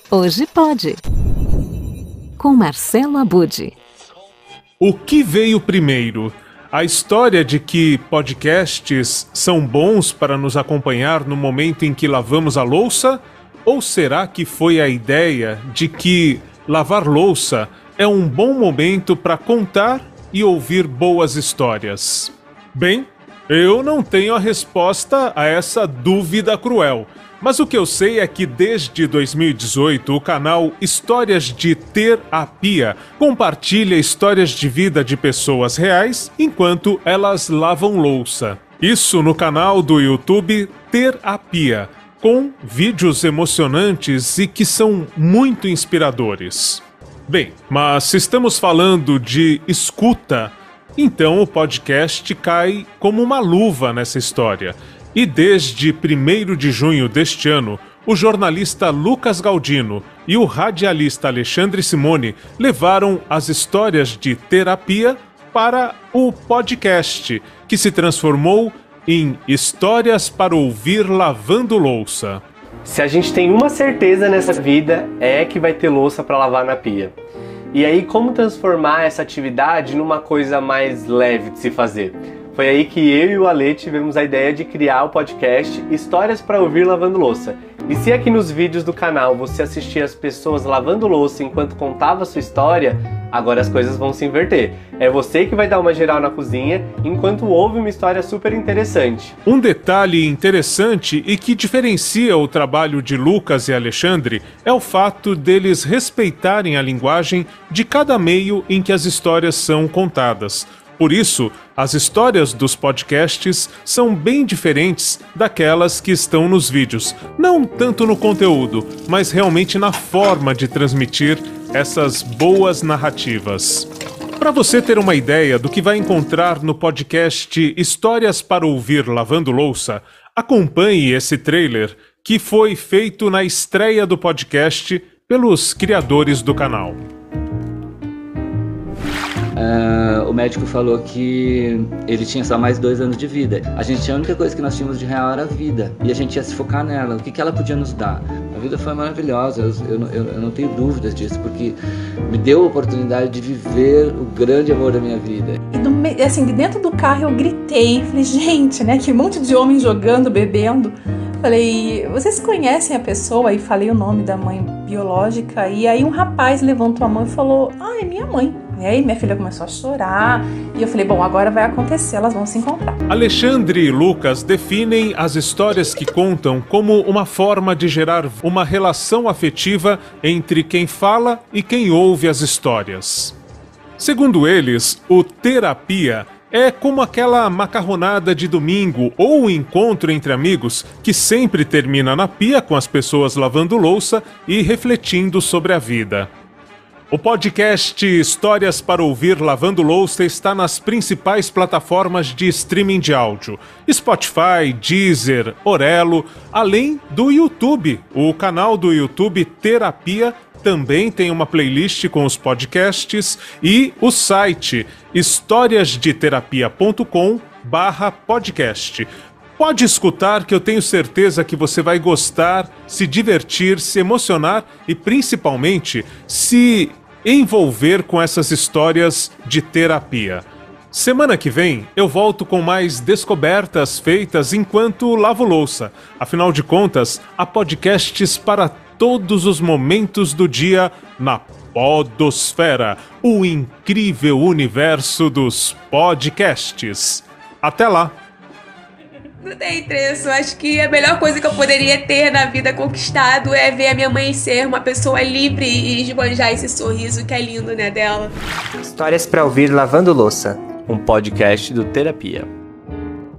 Hoje Pode, com Marcelo Abud. O que veio primeiro? A história de que podcasts são bons para nos acompanhar no momento em que lavamos a louça? Ou será que foi a ideia de que lavar louça é um bom momento para contar e ouvir boas histórias? Bem, eu não tenho a resposta a essa dúvida cruel. Mas o que eu sei é que desde 2018 o canal Histórias de Terapia compartilha histórias de vida de pessoas reais enquanto elas lavam louça. Isso no canal do YouTube Terapia, com vídeos emocionantes e que são muito inspiradores. Bem, mas se estamos falando de escuta, então o podcast cai como uma luva nessa história. E desde 1º de junho deste ano, o jornalista Lucas Galdino e o radialista Alexandre Simone levaram as histórias de terapia para o podcast, que se transformou em Histórias para Ouvir Lavando Louça. Se a gente tem uma certeza nessa vida, é que vai ter louça para lavar na pia. E aí, como transformar essa atividade numa coisa mais leve de se fazer? Foi aí que eu e o Ale tivemos a ideia de criar o podcast Histórias para Ouvir Lavando Louça. E se aqui nos vídeos do canal você assistia as pessoas lavando louça enquanto contava a sua história, agora as coisas vão se inverter. É você que vai dar uma geral na cozinha enquanto ouve uma história super interessante. Um detalhe interessante e que diferencia o trabalho de Lucas e Alexandre é o fato deles respeitarem a linguagem de cada meio em que as histórias são contadas. Por isso, as histórias dos podcasts são bem diferentes daquelas que estão nos vídeos. Não tanto no conteúdo, mas realmente na forma de transmitir essas boas narrativas. Para você ter uma ideia do que vai encontrar no podcast Histórias para Ouvir Lavando Louça, acompanhe esse trailer que foi feito na estreia do podcast pelos criadores do canal. O médico falou que ele tinha só mais 2 anos de vida. A única coisa que nós tínhamos de real era a vida. E a gente ia se focar nela. O que ela podia nos dar? A vida foi maravilhosa. Eu não tenho dúvidas disso, porque me deu a oportunidade de viver o grande amor da minha vida. E assim, dentro do carro eu gritei. Falei, gente, né? Que monte de homem jogando, bebendo. Falei, vocês conhecem a pessoa? E falei o nome da mãe biológica. E aí um rapaz levantou a mão e falou, é minha mãe. E aí minha filha começou a chorar. E eu falei, bom, agora vai acontecer, elas vão se encontrar. Alexandre e Lucas definem as histórias que contam como uma forma de gerar uma relação afetiva entre quem fala e quem ouve as histórias. Segundo eles, o terapia é como aquela macarronada de domingo ou um encontro entre amigos que sempre termina na pia com as pessoas lavando louça e refletindo sobre a vida. O podcast Histórias para Ouvir Lavando Louça está nas principais plataformas de streaming de áudio: Spotify, Deezer, Orelo, além do YouTube. O canal do YouTube Terapia também tem uma playlist com os podcasts e o site historiasdeterapia.com/podcast. Pode escutar que eu tenho certeza que você vai gostar, se divertir, se emocionar e principalmente se envolver com essas histórias de terapia. Semana que vem eu volto com mais descobertas feitas enquanto lavo louça. Afinal de contas, há podcasts para todos os momentos do dia na Podosfera, o incrível universo dos podcasts. Até lá! Não tem preço. Acho que a melhor coisa que eu poderia ter na vida conquistado é ver a minha mãe ser uma pessoa livre e esbanjar esse sorriso que é lindo, né, dela. Histórias para Ouvir Lavando Louça, um podcast do Terapia.